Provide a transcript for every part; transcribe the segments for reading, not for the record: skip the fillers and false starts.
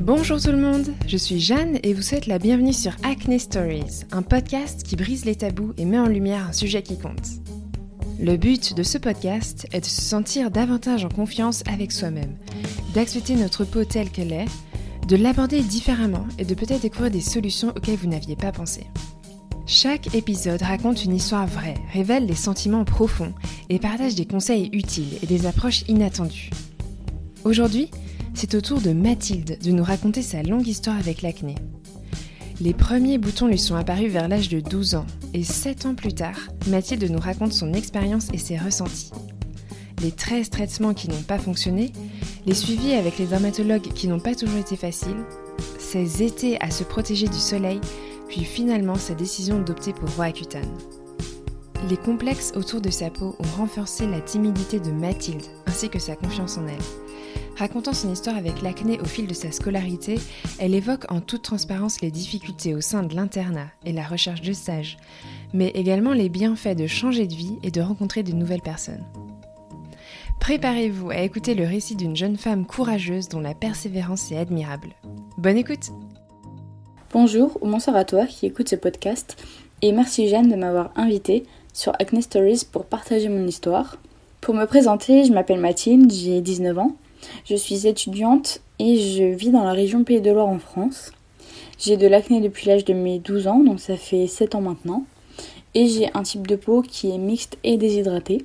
Bonjour tout le monde, je suis Jeanne et vous souhaite la bienvenue sur Acne Stories, un podcast qui brise les tabous et met en lumière un sujet qui compte. Le but de ce podcast est de se sentir davantage en confiance avec soi-même, d'accepter notre peau telle qu'elle est, de l'aborder différemment et de peut-être découvrir des solutions auxquelles vous n'aviez pas pensé. Chaque épisode raconte une histoire vraie, révèle les sentiments profonds et partage des conseils utiles et des approches inattendues. Aujourd'hui, c'est au tour de Mathilde de nous raconter sa longue histoire avec l'acné. Les premiers boutons lui sont apparus vers l'âge de 12 ans et 7 ans plus tard, Mathilde nous raconte son expérience et ses ressentis. Les 13 traitements qui n'ont pas fonctionné, les suivis avec les dermatologues qui n'ont pas toujours été faciles, ses étés à se protéger du soleil, puis finalement sa décision d'opter pour Roaccutane. Les complexes autour de sa peau ont renforcé la timidité de Mathilde ainsi que sa confiance en elle. Racontant son histoire avec l'acné au fil de sa scolarité, elle évoque en toute transparence les difficultés au sein de l'internat et la recherche de stage, mais également les bienfaits de changer de vie et de rencontrer de nouvelles personnes. Préparez-vous à écouter le récit d'une jeune femme courageuse dont la persévérance est admirable. Bonne écoute! Bonjour ou bonsoir à toi qui écoute ce podcast et merci Jeanne de m'avoir invitée sur Acne Stories pour partager mon histoire. Pour me présenter, je m'appelle Mathilde, j'ai 19 ans. Je suis étudiante et je vis dans la région Pays de Loire en France. J'ai de l'acné depuis l'âge de mes 12 ans, donc ça fait 7 ans maintenant. Et j'ai un type de peau qui est mixte et déshydratée.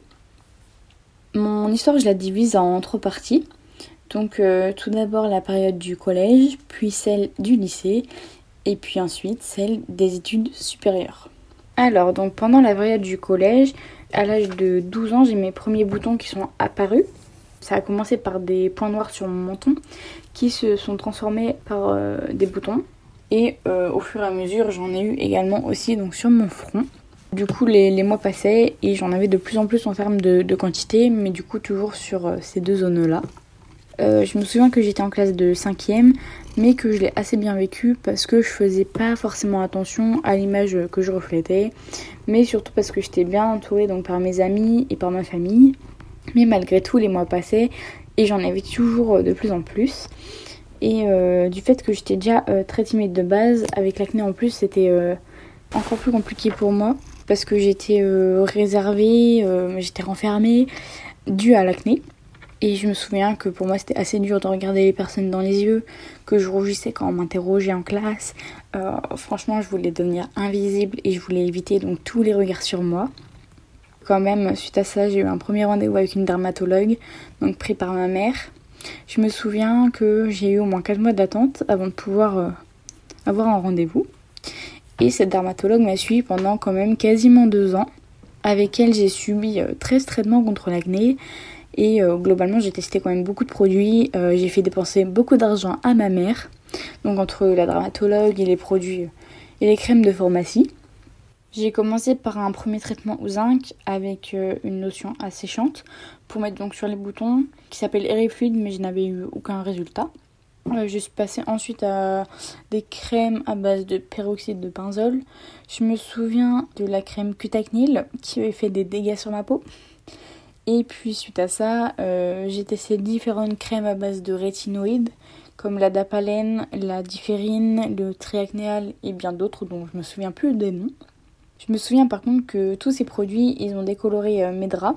Mon histoire, je la divise en 3 parties. Donc tout d'abord la période du collège, puis celle du lycée, et puis ensuite celle des études supérieures. Alors, donc pendant la période du collège, à l'âge de 12 ans, j'ai mes premiers boutons qui sont apparus. Ça a commencé par des points noirs sur mon menton qui se sont transformés par des boutons. Et au fur et à mesure, j'en ai eu également aussi donc, sur mon front. Du coup, les mois passaient et j'en avais de plus en plus en termes de quantité, mais du coup toujours sur ces deux zones-là. Je me souviens que j'étais en classe de 5e, mais que je l'ai assez bien vécu parce que je faisais pas forcément attention à l'image que je reflétais, mais surtout parce que j'étais bien entourée donc, par mes amis et par ma famille. Mais malgré tout, les mois passaient et j'en avais toujours de plus en plus. Et du fait que j'étais déjà très timide de base, avec l'acné en plus, c'était encore plus compliqué pour moi parce que j'étais réservée, j'étais renfermée due à l'acné. Et je me souviens que pour moi c'était assez dur de regarder les personnes dans les yeux, que je rougissais quand on m'interrogeait en classe. Franchement, je voulais devenir invisible et je voulais éviter donc tous les regards sur moi. Quand même, suite à ça, j'ai eu un premier rendez-vous avec une dermatologue, donc pris par ma mère. Je me souviens que j'ai eu au moins 4 mois d'attente avant de pouvoir avoir un rendez-vous. Et cette dermatologue m'a suivie pendant quand même quasiment 2 ans. Avec elle, j'ai subi 13 traitements contre l'acné. Et globalement, j'ai testé quand même beaucoup de produits. J'ai fait dépenser beaucoup d'argent à ma mère. Donc entre la dermatologue et les produits et les crèmes de pharmacie. J'ai commencé par un premier traitement au zinc avec une lotion asséchante pour mettre donc sur les boutons qui s'appelle Aerifluid, mais je n'avais eu aucun résultat. Je suis passée ensuite à des crèmes à base de peroxyde de benzol. Je me souviens de la crème Cutacnil qui avait fait des dégâts sur ma peau. Et puis suite à ça, j'ai testé différentes crèmes à base de rétinoïdes comme la Dapalène, la Différine, le Triacnéal et bien d'autres dont je me souviens plus des noms. Je me souviens par contre que tous ces produits, ils ont décoloré mes draps,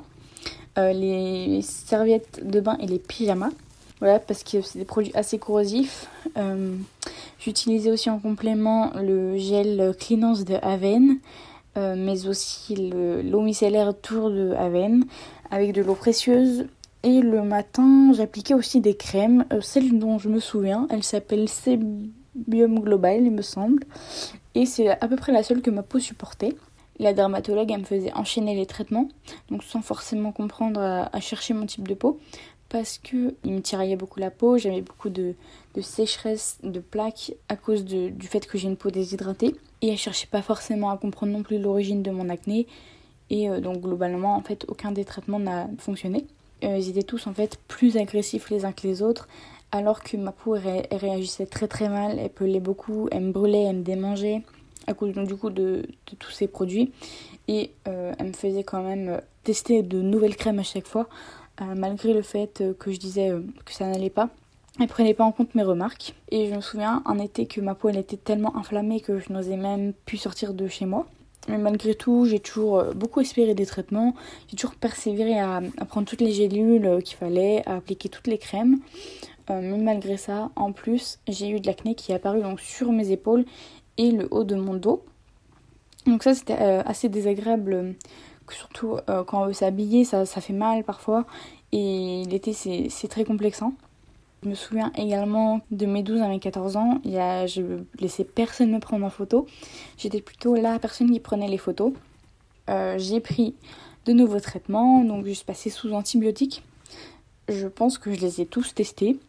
les serviettes de bain et les pyjamas. Voilà, parce que c'est des produits assez corrosifs. J'utilisais aussi en complément le gel Cleanance de Aven, mais aussi l'eau micellaire Tour de Aven avec de l'eau précieuse. Et le matin, j'appliquais aussi des crèmes. Celle dont je me souviens, elle s'appelle Sebium Global, il me semble. Et c'est à peu près la seule que ma peau supportait. La dermatologue, elle me faisait enchaîner les traitements, donc sans forcément comprendre à chercher mon type de peau, parce qu'il me tiraillait beaucoup la peau, j'avais beaucoup de sécheresse, de plaques à cause du fait que j'ai une peau déshydratée. Et elle cherchait pas forcément à comprendre non plus l'origine de mon acné. Et donc globalement, en fait, aucun des traitements n'a fonctionné. Ils étaient tous en fait plus agressifs les uns que les autres, alors que ma peau elle réagissait très très mal, elle pelait beaucoup, elle me brûlait, elle me démangeait à cause donc, du coup de tous ces produits. Et elle me faisait quand même tester de nouvelles crèmes à chaque fois, malgré le fait que je disais que ça n'allait pas. Elle prenait pas en compte mes remarques. Et je me souviens un été que ma peau elle était tellement inflammée que je n'osais même plus sortir de chez moi. Mais malgré tout, j'ai toujours beaucoup espéré des traitements. J'ai toujours persévéré à prendre toutes les gélules qu'il fallait, à appliquer toutes les crèmes. Mais malgré ça, en plus, j'ai eu de l'acné qui est apparu donc, sur mes épaules et le haut de mon dos. Donc ça, c'était assez désagréable, surtout quand on veut s'habiller, ça fait mal parfois. Et l'été, c'est très complexant. Je me souviens également de mes 12 à mes 14 ans, je laissais personne me prendre en photo. J'étais plutôt la personne qui prenait les photos. J'ai pris de nouveaux traitements, donc je suis passée sous antibiotiques. Je pense que je les ai tous testés.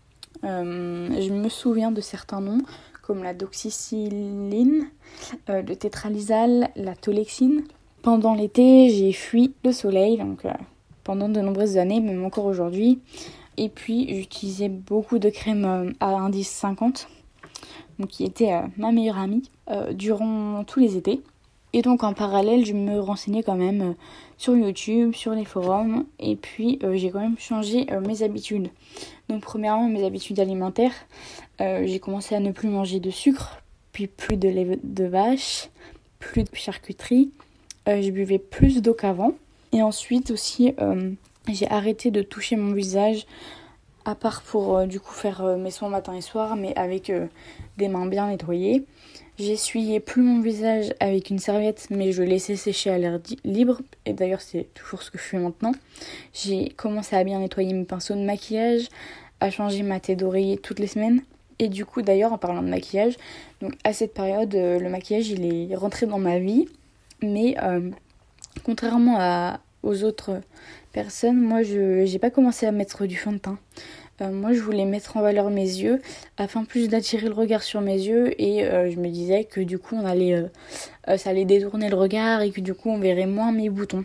Je me souviens de certains noms, comme la doxycycline, le tétralysal, la tolexine. Pendant l'été, j'ai fui le soleil, donc pendant de nombreuses années, même encore aujourd'hui. Et puis j'utilisais beaucoup de crèmes à indice 50, donc qui était ma meilleure amie durant tous les étés. Et donc en parallèle, je me renseignais quand même sur YouTube, sur les forums. Et puis j'ai quand même changé mes habitudes. Donc premièrement, mes habitudes alimentaires. J'ai commencé à ne plus manger de sucre, puis plus de lait de vache, plus de charcuterie. Je buvais plus d'eau qu'avant. Et ensuite aussi, j'ai arrêté de toucher mon visage, à part pour du coup faire mes soins matin et soir, mais avec des mains bien nettoyées. J'essuyais plus mon visage avec une serviette, mais je le laissais sécher à l'air libre. Et d'ailleurs, c'est toujours ce que je fais maintenant. J'ai commencé à bien nettoyer mes pinceaux de maquillage, à changer ma tête d'oreiller toutes les semaines. Et du coup, d'ailleurs, en parlant de maquillage, donc à cette période, le maquillage, il est rentré dans ma vie. Mais contrairement aux autres personnes, moi, je n'ai pas commencé à mettre du fond de teint. Moi, je voulais mettre en valeur mes yeux afin plus d'attirer le regard sur mes yeux et je me disais que du coup, ça allait détourner le regard et que du coup, on verrait moins mes boutons.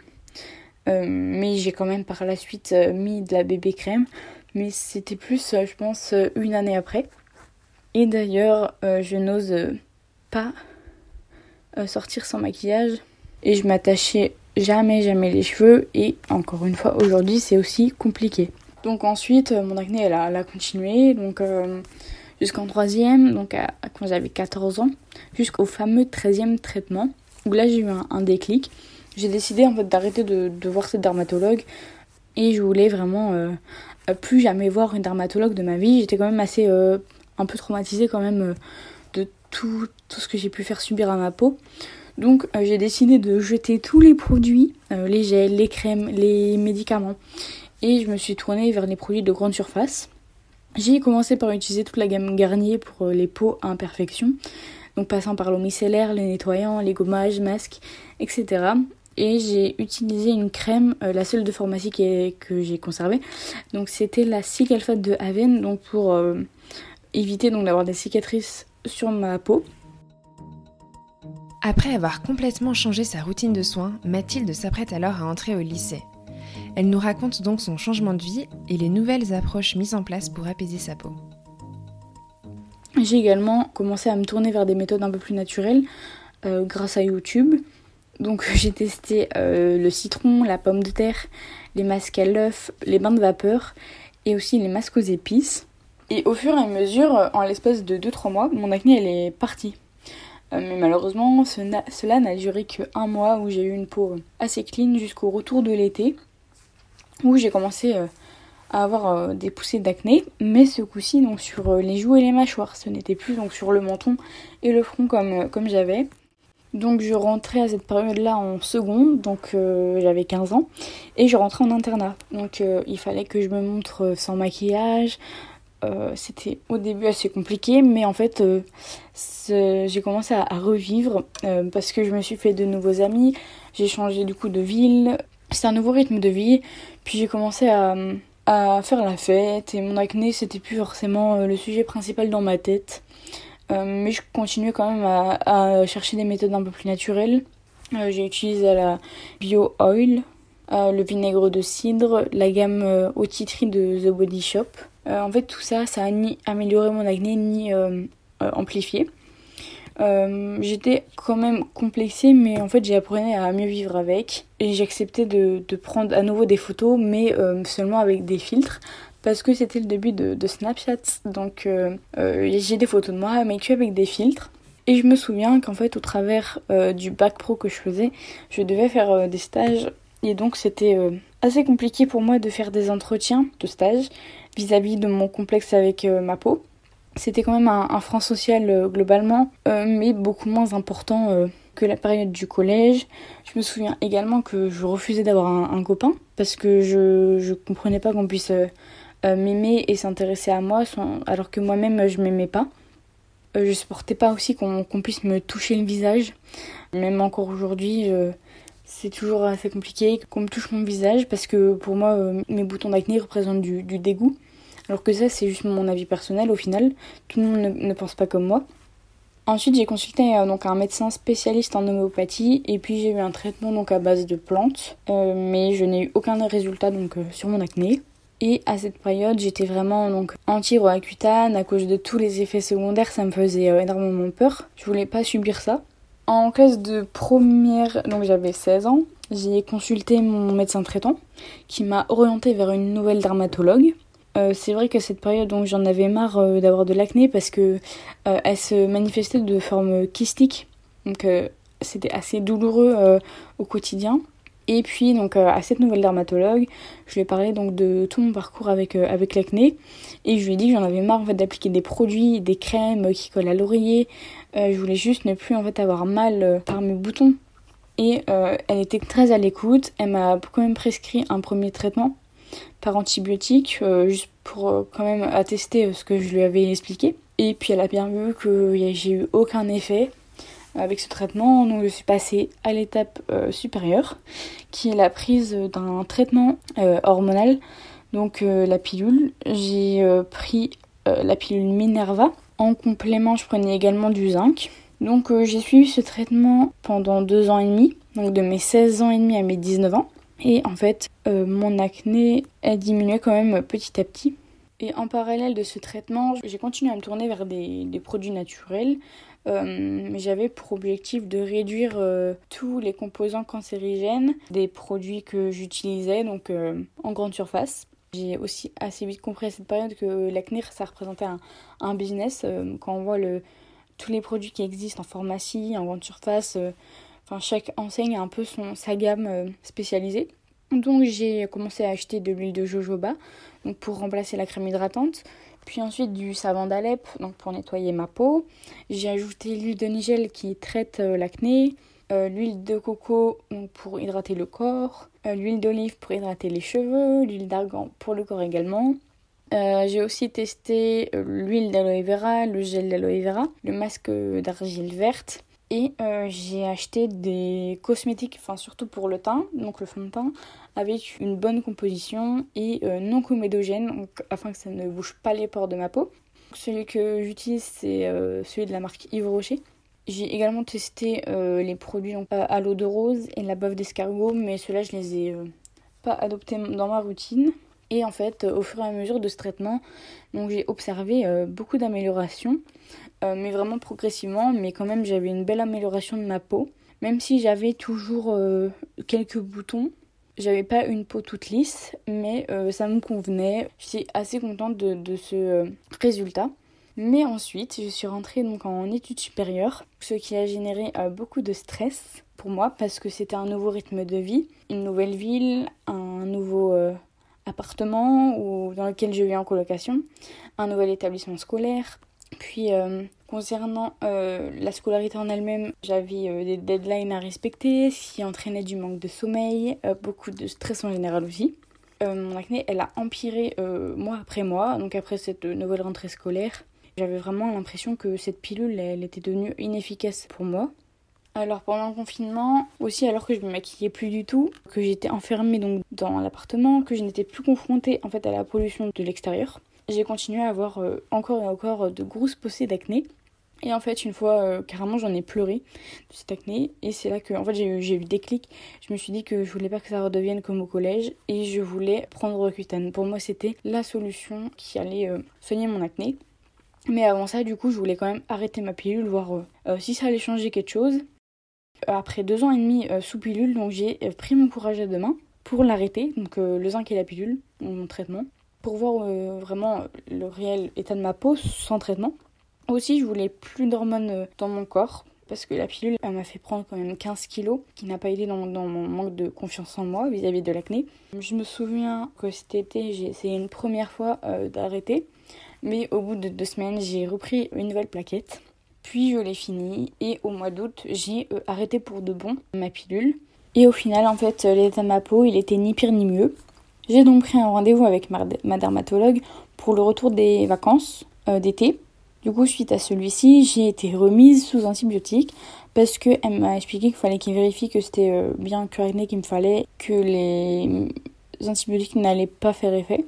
Mais j'ai quand même par la suite mis de la bébé crème, mais c'était plus, je pense, une année après. Et d'ailleurs, je n'ose pas sortir sans maquillage et je m'attachais jamais les cheveux et encore une fois, aujourd'hui, c'est aussi compliqué. Donc ensuite, mon acné, elle a continué, donc jusqu'en 3e, donc quand j'avais 14 ans, jusqu'au fameux 13e traitement, où là j'ai eu un déclic. J'ai décidé en fait d'arrêter de voir cette dermatologue et je voulais vraiment plus jamais voir une dermatologue de ma vie. J'étais quand même assez un peu traumatisée quand même de tout ce que j'ai pu faire subir à ma peau. Donc j'ai décidé de jeter tous les produits, les gels, les crèmes, les médicaments. Et je me suis tournée vers les produits de grande surface. J'ai commencé par utiliser toute la gamme Garnier pour les peaux à imperfection. Donc passant par l'eau micellaire, les nettoyants, les gommages, masques, etc. Et j'ai utilisé une crème, la seule de pharmacie que j'ai conservée. Donc c'était la Cic-Alphate de Aven, donc pour éviter donc d'avoir des cicatrices sur ma peau. Après avoir complètement changé sa routine de soins, Mathilde s'apprête alors à entrer au lycée. Elle nous raconte donc son changement de vie et les nouvelles approches mises en place pour apaiser sa peau. J'ai également commencé à me tourner vers des méthodes un peu plus naturelles grâce à YouTube. Donc j'ai testé le citron, la pomme de terre, les masques à l'œuf, les bains de vapeur et aussi les masques aux épices. Et au fur et à mesure, en l'espace de 2-3 mois, mon acné elle est partie. Mais malheureusement, cela n'a duré que 1 mois où j'ai eu une peau assez clean jusqu'au retour de l'été, où j'ai commencé à avoir des poussées d'acné, mais ce coup-ci donc sur les joues et les mâchoires. Ce n'était plus donc sur le menton et le front comme j'avais. Donc je rentrais à cette période-là en seconde, donc j'avais 15 ans, et je rentrais en internat. Donc il fallait que je me montre sans maquillage. C'était au début assez compliqué, mais en fait j'ai commencé à revivre parce que je me suis fait de nouveaux amis, j'ai changé du coup de ville, c'était un nouveau rythme de vie, puis j'ai commencé à faire la fête et mon acné c'était plus forcément le sujet principal dans ma tête. Mais je continuais quand même à chercher des méthodes un peu plus naturelles. J'ai utilisé la Bio Oil, le vinaigre de cidre, la gamme Eau Titri de The Body Shop. En fait, tout ça, ça a ni amélioré mon acné, ni amplifié. J'étais quand même complexée, mais en fait, j'ai appris à mieux vivre avec. Et j'ai accepté de prendre à nouveau des photos, mais seulement avec des filtres. parce que c'était le début de Snapchat. Donc j'ai des photos de moi, mais que avec des filtres. Et je me souviens qu'en fait, au travers du bac pro que je faisais, je devais faire des stages. Et donc c'était assez compliqué pour moi de faire des entretiens de stage vis-à-vis de mon complexe avec ma peau. C'était quand même un frein social globalement, mais beaucoup moins important que la période du collège. Je me souviens également que je refusais d'avoir un copain parce que je comprenais pas qu'on puisse m'aimer et s'intéresser à moi alors que moi-même je m'aimais pas. Je supportais pas aussi qu'on puisse me toucher le visage. Même encore aujourd'hui, c'est toujours assez compliqué qu'on me touche mon visage parce que pour moi, mes boutons d'acné représentent du dégoût. Alors que ça, c'est juste mon avis personnel au final. Tout le monde ne pense pas comme moi. Ensuite, j'ai consulté donc un médecin spécialiste en homéopathie et puis j'ai eu un traitement donc à base de plantes. Mais je n'ai eu aucun résultat donc sur mon acné. Et à cette période, j'étais vraiment donc anti-roaccutane à cause de tous les effets secondaires. Ça me faisait énormément peur. Je voulais pas subir ça. En classe de première, donc j'avais 16 ans, j'ai consulté mon médecin traitant qui m'a orientée vers une nouvelle dermatologue. C'est vrai qu'à cette période, donc, j'en avais marre d'avoir de l'acné parce que elle se manifestait de forme kystique. Donc c'était assez douloureux au quotidien. Et puis donc à cette nouvelle dermatologue, je lui ai parlé donc de tout mon parcours avec l'acné et je lui ai dit que j'en avais marre en fait d'appliquer des produits, des crèmes qui collent à l'oreiller. Je voulais juste ne plus en fait avoir mal par mes boutons. Et elle était très à l'écoute. Elle m'a quand même prescrit un premier traitement par antibiotique, juste pour quand même attester ce que je lui avais expliqué. Et puis elle a bien vu que j'ai eu aucun effet avec ce traitement, donc je suis passée à l'étape supérieure, qui est la prise d'un traitement hormonal, donc la pilule. J'ai pris la pilule Minerva. En complément, je prenais également du zinc. Donc j'ai suivi ce traitement pendant 2 ans et demi, donc de mes 16 ans et demi à mes 19 ans. Et en fait, mon acné a diminué quand même petit à petit. Et en parallèle de ce traitement, j'ai continué à me tourner vers des produits naturels. J'avais pour objectif de réduire tous les composants cancérigènes des produits que j'utilisais donc en grande surface. J'ai aussi assez vite compris à cette période que l'acné, ça représentait un business. Quand on voit tous les produits qui existent en pharmacie, en grande surface, chaque enseigne a un peu sa gamme spécialisée. Donc j'ai commencé à acheter de l'huile de jojoba donc pour remplacer la crème hydratante. Puis ensuite du savon d'Alep donc pour nettoyer ma peau. J'ai ajouté l'huile de nigel qui traite l'acné, l'huile de coco donc pour hydrater le corps, l'huile d'olive pour hydrater les cheveux, l'huile d'argan pour le corps également. J'ai aussi testé l'huile d'aloe vera, le gel d'aloe vera, le masque d'argile verte. Et j'ai acheté des cosmétiques, surtout pour le teint, donc le fond de teint, avec une bonne composition et non comédogène, donc, afin que ça ne bouge pas les pores de ma peau. Celui que j'utilise, c'est celui de la marque Yves Rocher. J'ai également testé les produits à l'eau de rose et la bave d'escargot, mais ceux-là, je les ai pas adoptés dans ma routine. Et en fait, au fur et à mesure de ce traitement, donc j'ai observé beaucoup d'améliorations, mais vraiment progressivement. Mais quand même, j'avais une belle amélioration de ma peau. Même si j'avais toujours quelques boutons, j'avais pas une peau toute lisse, mais ça me convenait. J'étais assez contente de ce résultat. Mais ensuite, je suis rentrée donc en études supérieures, ce qui a généré beaucoup de stress pour moi parce que c'était un nouveau rythme de vie, une nouvelle ville, un nouveau appartement dans lequel je vis en colocation, un nouvel établissement scolaire. Puis concernant la scolarité en elle-même, j'avais des deadlines à respecter, ce qui entraînait du manque de sommeil, beaucoup de stress en général aussi. Mon acné, elle a empiré mois après mois, donc après cette nouvelle rentrée scolaire. J'avais vraiment l'impression que cette pilule, elle était devenue inefficace pour moi. Alors pendant le confinement, aussi alors que je me maquillais plus du tout, que j'étais enfermée donc dans l'appartement, que je n'étais plus confrontée en fait à la pollution de l'extérieur, j'ai continué à avoir encore et encore de grosses poussées d'acné. Et en fait une fois carrément j'en ai pleuré de cette acné et c'est là que en fait j'ai eu le déclic. Je me suis dit que je voulais pas que ça redevienne comme au collège et je voulais prendre Roaccutane. Pour moi c'était la solution qui allait soigner mon acné. Mais avant ça du coup je voulais quand même arrêter ma pilule, voir si ça allait changer quelque chose. Après 2 ans et demi sous pilule, donc j'ai pris mon courage à deux mains pour l'arrêter, donc le zinc et la pilule, mon traitement. pour voir vraiment le réel état de ma peau sans traitement. Aussi, je voulais plus d'hormones dans mon corps parce que la pilule, elle m'a fait prendre quand même 15 kilos, qui n'a pas aidé dans mon manque de confiance en moi vis-à-vis de l'acné. Je me souviens que cet été, j'ai essayé une première fois d'arrêter, mais au bout de 2 semaines, j'ai repris une nouvelle plaquette. Puis je l'ai fini et au mois d'août, j'ai arrêté pour de bon ma pilule. Et au final, en fait, l'état de ma peau, il était ni pire ni mieux. J'ai donc pris un rendez-vous avec ma dermatologue pour le retour des vacances d'été. Du coup, suite à celui-ci, j'ai été remise sous antibiotiques parce qu'elle m'a expliqué qu'il fallait qu'il vérifie que c'était bien Curacné qu'il me fallait, que les antibiotiques n'allaient pas faire effet.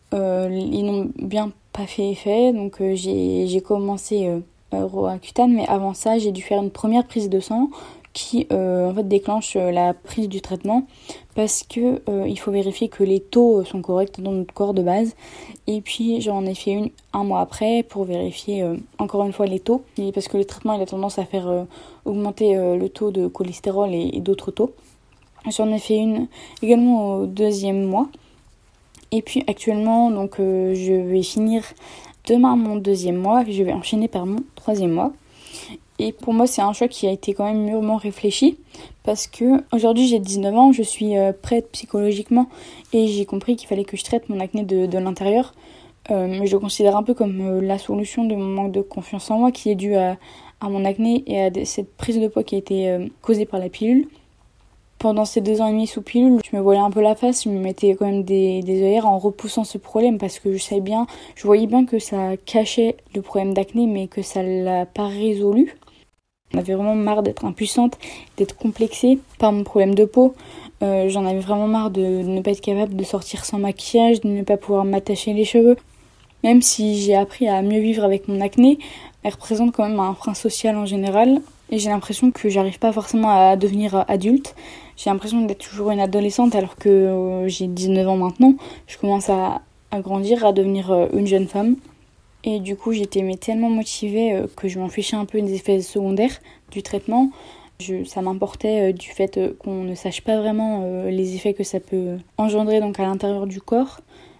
Ils n'ont bien pas fait effet, donc j'ai commencé Roaccutane, mais avant ça, j'ai dû faire une première prise de sang qui en fait déclenche la prise du traitement parce que il faut vérifier que les taux sont corrects dans notre corps de base, et puis j'en ai fait une un mois après pour vérifier encore une fois les taux, et parce que le traitement il a tendance à faire augmenter le taux de cholestérol et d'autres taux. J'en ai fait une également au 2e mois, et puis actuellement donc je vais finir demain mon 2e mois et je vais enchaîner par mon 3e mois. Et pour moi, c'est un choix qui a été quand même mûrement réfléchi parce que aujourd'hui j'ai 19 ans, je suis prête psychologiquement et j'ai compris qu'il fallait que je traite mon acné de l'intérieur. Mais je le considère un peu comme la solution de mon manque de confiance en moi qui est due à mon acné et à cette prise de poids qui a été causée par la pilule. Pendant ces 2 ans et demi sous pilule, je me voilais un peu la face, je me mettais quand même des œillères en repoussant ce problème parce que je voyais bien que ça cachait le problème d'acné mais que ça l'a pas résolu. J'en avais vraiment marre d'être impuissante, d'être complexée par mon problème de peau. J'en avais vraiment marre de ne pas être capable de sortir sans maquillage, de ne pas pouvoir m'attacher les cheveux. Même si j'ai appris à mieux vivre avec mon acné, elle représente quand même un frein social en général. Et j'ai l'impression que j'arrive pas forcément à devenir adulte. J'ai l'impression d'être toujours une adolescente alors que j'ai 19 ans maintenant. Je commence à grandir, à devenir une jeune femme. Et du coup, j'étais tellement motivée que je m'en fichais un peu des effets secondaires du traitement. Ça m'importait du fait qu'on ne sache pas vraiment les effets que ça peut engendrer donc à l'intérieur du corps.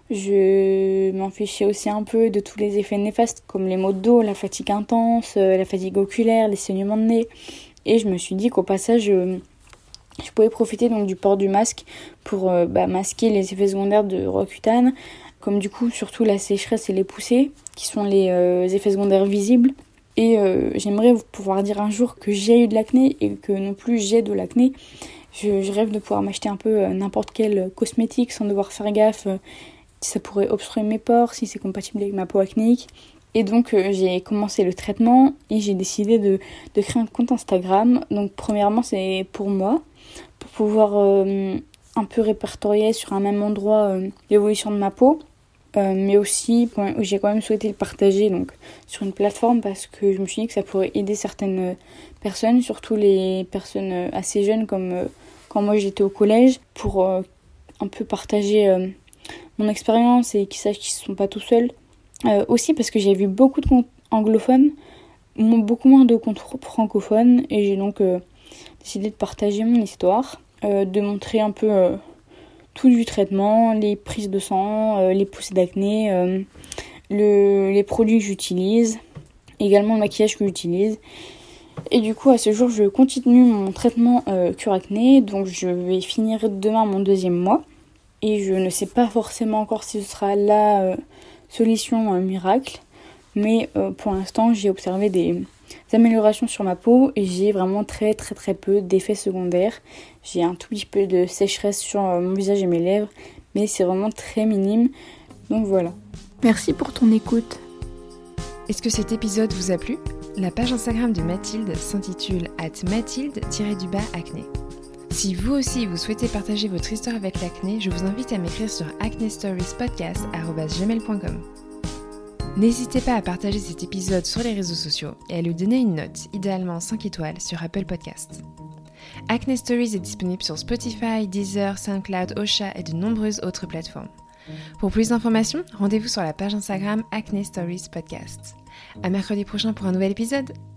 Je m'en fichais aussi un peu de tous les effets néfastes comme les maux de dos, la fatigue intense, la fatigue oculaire, les saignements de nez. Et je me suis dit qu'au passage, je pouvais profiter donc du port du masque pour masquer les effets secondaires de Roaccutane, comme du coup surtout la sécheresse et les poussées, qui sont les effets secondaires visibles. Et j'aimerais pouvoir dire un jour que j'ai eu de l'acné et que non plus j'ai de l'acné. Je rêve de pouvoir m'acheter un peu n'importe quel cosmétique sans devoir faire gaffe si ça pourrait obstruer mes pores, si c'est compatible avec ma peau acnéique. Et donc j'ai commencé le traitement et j'ai décidé de créer un compte Instagram. Donc premièrement c'est pour moi, pour pouvoir un peu répertorier sur un même endroit l'évolution de ma peau. Mais aussi j'ai quand même souhaité le partager donc sur une plateforme parce que je me suis dit que ça pourrait aider certaines personnes, surtout les personnes assez jeunes comme quand moi j'étais au collège, pour un peu partager mon expérience et qu'ils sachent qu'ils ne sont pas tout seuls. Aussi parce que j'ai vu beaucoup de comptes anglophones, beaucoup moins de comptes francophones, et j'ai donc décidé de partager mon histoire, de montrer un peu tout du traitement, les prises de sang, les poussées d'acné, les produits que j'utilise, également le maquillage que j'utilise. Et du coup à ce jour je continue mon traitement Curacné, donc je vais finir demain mon 2e mois. Et je ne sais pas forcément encore si ce sera la solution miracle, mais pour l'instant j'ai observé des améliorations sur ma peau et j'ai vraiment très très très peu d'effets secondaires. J'ai un tout petit peu de sécheresse sur mon visage et mes lèvres, mais c'est vraiment très minime, donc voilà. Merci pour ton écoute. Est-ce que cet épisode vous a plu ? La page Instagram de Mathilde s'intitule @mathilde_acné. Si vous aussi vous souhaitez partager votre histoire avec l'acné, je vous invite à m'écrire sur acnestoriespodcast@gmail.com. N'hésitez pas à partager cet épisode sur les réseaux sociaux et à lui donner une note, idéalement 5 étoiles, sur Apple Podcasts. Acne Stories est disponible sur Spotify, Deezer, SoundCloud, Ocha et de nombreuses autres plateformes. Pour plus d'informations, rendez-vous sur la page Instagram Acne Stories Podcast. À mercredi prochain pour un nouvel épisode.